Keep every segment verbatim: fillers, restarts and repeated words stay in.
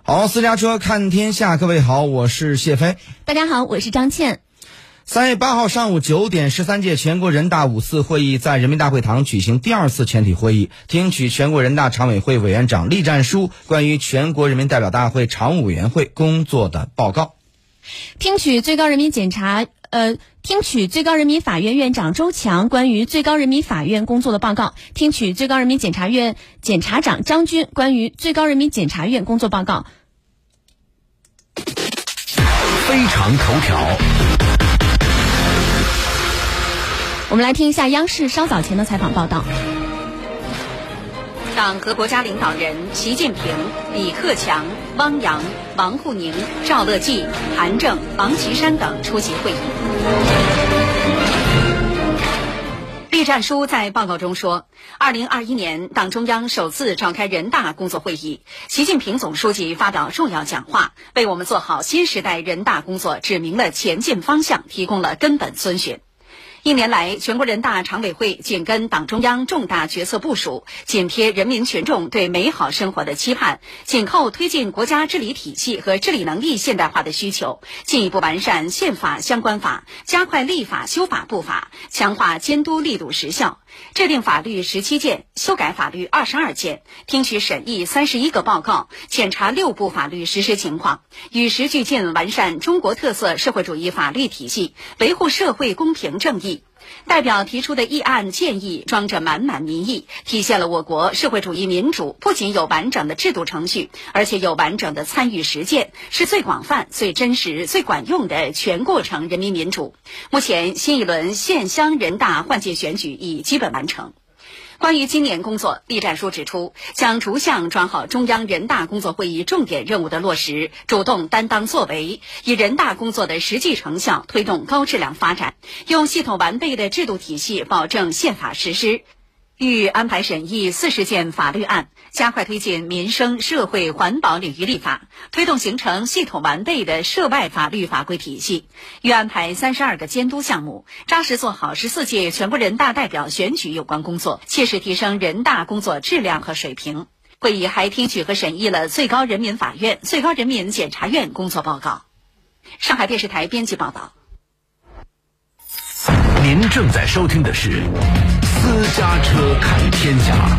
好，私家车看天下，各位好，我是谢飞。 大家好，我是张倩。 三月八号上午九点，十三届全国人大五次会议在人民大会堂举行第二次全体会议，听取全国人大常委会委员长栗战书关于全国人民代表大会常务委员会工作的报告。 听取最高人民检察呃，听取最高人民法院院长周强关于最高人民法院工作的报告，听取最高人民检察院检察长张军关于最高人民检察院工作报告。 非常头条， 我们来听一下央视稍早前的采访报道。 党和国家领导人习近平、李克强、汪洋、王沪宁、赵乐际、韩正、王岐山等出席会议。栗战书在报告中说，二零二一年党中央首次召开人大工作会议，习近平总书记发表重要讲话，为我们做好新时代人大工作指明了前进方向，提供了根本遵循。一年来，全国人大常委会紧跟党中央重大决策部署，紧贴人民群众对美好生活的期盼，紧扣推进国家治理体系和治理能力现代化的需求，进一步完善宪法相关法，加快立法修法步伐，强化监督力度实效，制定法律十七件，修改法律二十二件，听取审议三十一个报告，检查六部法律实施情况，与时俱进完善中国特色社会主义法律体系，维护社会公平正义。代表提出的议案建议装着满满民意，体现了我国社会主义民主不仅有完整的制度程序，而且有完整的参与实践，是最广泛、最真实、最管用的全过程人民民主。目前新一轮县乡人大换届选举已基本完成。关于今年工作，栗战书指出，将逐项抓好中央人大工作会议重点任务的落实，主动担当作为，以人大工作的实际成效推动高质量发展，用系统完备的制度体系保证宪法实施。欲安排审议四十件法律案，加快推进民生社会环保领域立法，推动形成系统完备的涉外法律法规体系。欲安排三十二个监督项目，扎实做好十四届全国人大代表选举有关工作，切实提升人大工作质量和水平。会议还听取和审议了最高人民法院、最高人民检察院工作报告。上海电视台编辑报道。 您正在收听的是私家车看天下。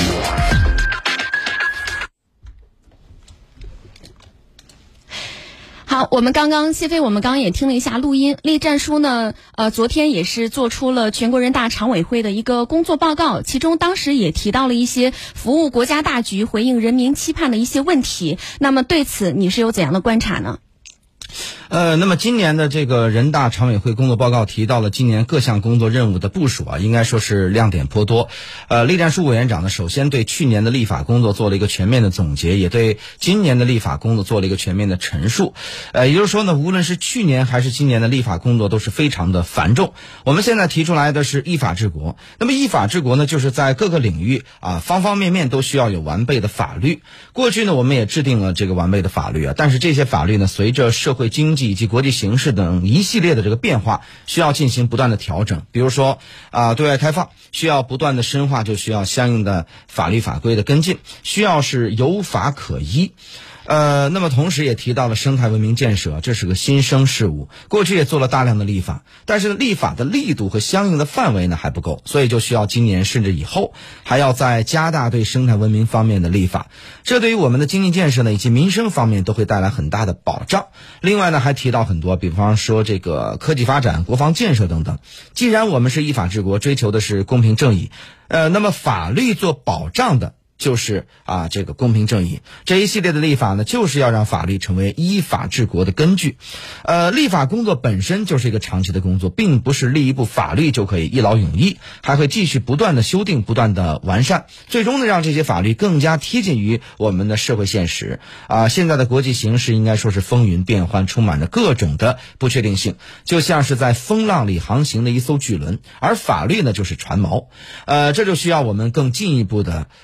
好，我们刚刚谢飞，我们刚刚也听了一下录音。栗战书呢，呃，昨天也是做出了全国人大常委会的一个工作报告，其中当时也提到了一些服务国家大局、回应人民期盼的一些问题。那么对此你是有怎样的观察呢？ 呃，那么今年的这个人大常委会工作报告提到了今年各项工作任务的部署啊，应该说是亮点颇多。呃，栗战书委员长呢，首先对去年的立法工作做了一个全面的总结，也对今年的立法工作做了一个全面的陈述。呃，也就是说呢，无论是去年还是今年的立法工作都是非常的繁重。我们现在提出来的是依法治国，那么依法治国呢，就是在各个领域啊，方方面面都需要有完备的法律。过去呢，我们也制定了这个完备的法律啊，但是这些法律呢，随着社会经济以及国际形势等一系列的这个变化，需要进行不断的调整。比如说啊、呃，对外开放需要不断的深化，就需要相应的法律法规的跟进，需要是有法可依。呃，那么同时也提到了生态文明建设，这是个新生事物。过去也做了大量的立法，但是立法的力度和相应的范围呢还不够，所以就需要今年甚至以后还要再加大对生态文明方面的立法。这对于我们的经济建设呢以及民生方面都会带来很大的保障。另外呢还提到很多，比方说这个科技发展、国防建设等等。既然我们是依法治国，追求的是公平正义，呃，那么法律做保障的就是啊，这个公平正义这一系列的立法呢，就是要让法律成为依法治国的根据。呃，立法工作本身就是一个长期的工作，并不是立一部法律就可以一劳永逸，还会继续不断的修订、不断的完善，最终呢，让这些法律更加贴近于我们的社会现实。啊，现在的国际形势应该说是风云变幻，充满着各种的不确定性，就像是在风浪里航行的一艘巨轮，而法律呢就是船锚。呃，这就需要我们更进一步的呃。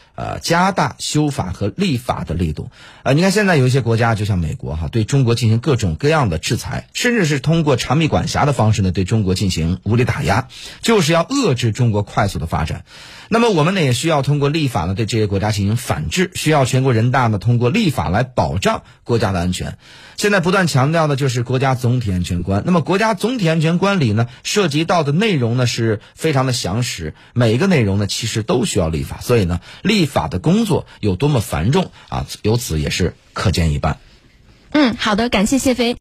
加大修法和立法的力度。呃，你看现在有一些国家，就像美国哈，对中国进行各种各样的制裁，甚至是通过长臂管辖的方式呢，对中国进行武力打压，就是要遏制中国快速的发展。那么我们呢，也需要通过立法呢，对这些国家进行反制，需要全国人大呢，通过立法来保障国家的安全。现在不断强调的就是国家总体安全观。那么国家总体安全观里呢，涉及到的内容呢是非常的详实，每一个内容呢其实都需要立法，所以呢，立法的工作有多么繁重啊，由此也是可见一斑。 嗯，好的，感谢谢飞。